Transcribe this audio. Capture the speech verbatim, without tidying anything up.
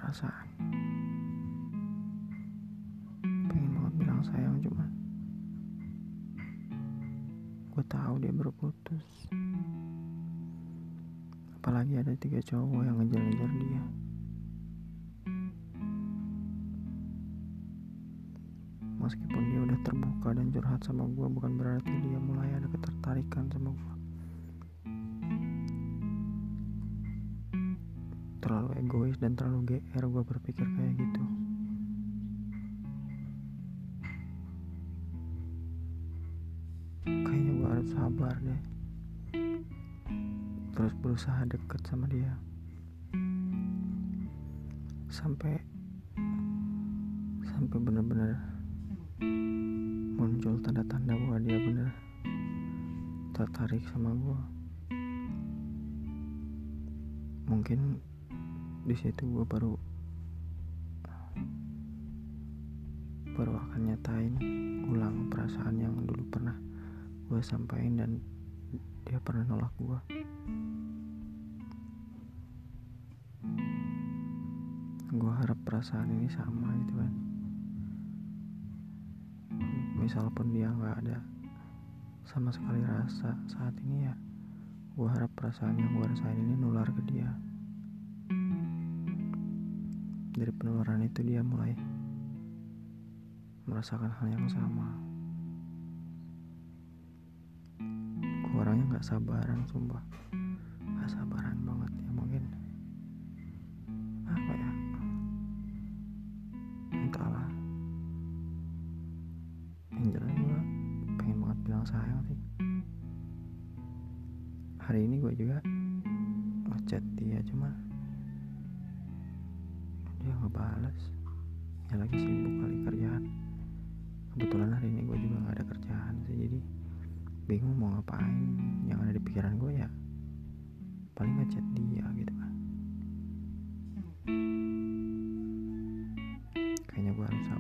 perasaan. Pengen banget bilang sayang, cuma gue tahu dia baru putus. Apalagi ada tiga cowok yang ngejar-ngejar dia. Meskipun dia udah terbuka dan curhat sama gue, bukan berarti dia mulai ada ketertarikan sama gue. Terlalu egois dan terlalu G R gue berpikir kayak gitu. Kayaknya gue harus sabar deh, terus berusaha deket sama dia sampai sampai benar-benar muncul tanda-tanda bahwa dia benar tertarik sama gue. Mungkin di situ gue baru baru akan nyatain ulang perasaan yang dulu pernah gue sampaikan dan dia pernah nolak gue. Gue harap perasaan ini sama gitu kan. Misal pun dia gak ada sama sekali rasa saat ini, ya gue harap perasaan yang gue rasain ini nular ke dia. Dari penularan itu dia mulai merasakan hal yang sama. Gue orangnya gak sabaran, sumpah gak sabaran banget ya. Mungkin apa ya, entahlah. Yang jelas gue pengen banget bilang sayang sih. Hari ini gue juga ngechat dia, cuma dia gak balas. Ya lagi sibuk kali kerjaan. Kebetulan hari ini gue juga gak ada kerjaan sih, jadi bingung mau ngapain. Yang ada di pikiran gue ya paling ngechat dia gitu kan. Kayaknya gue harus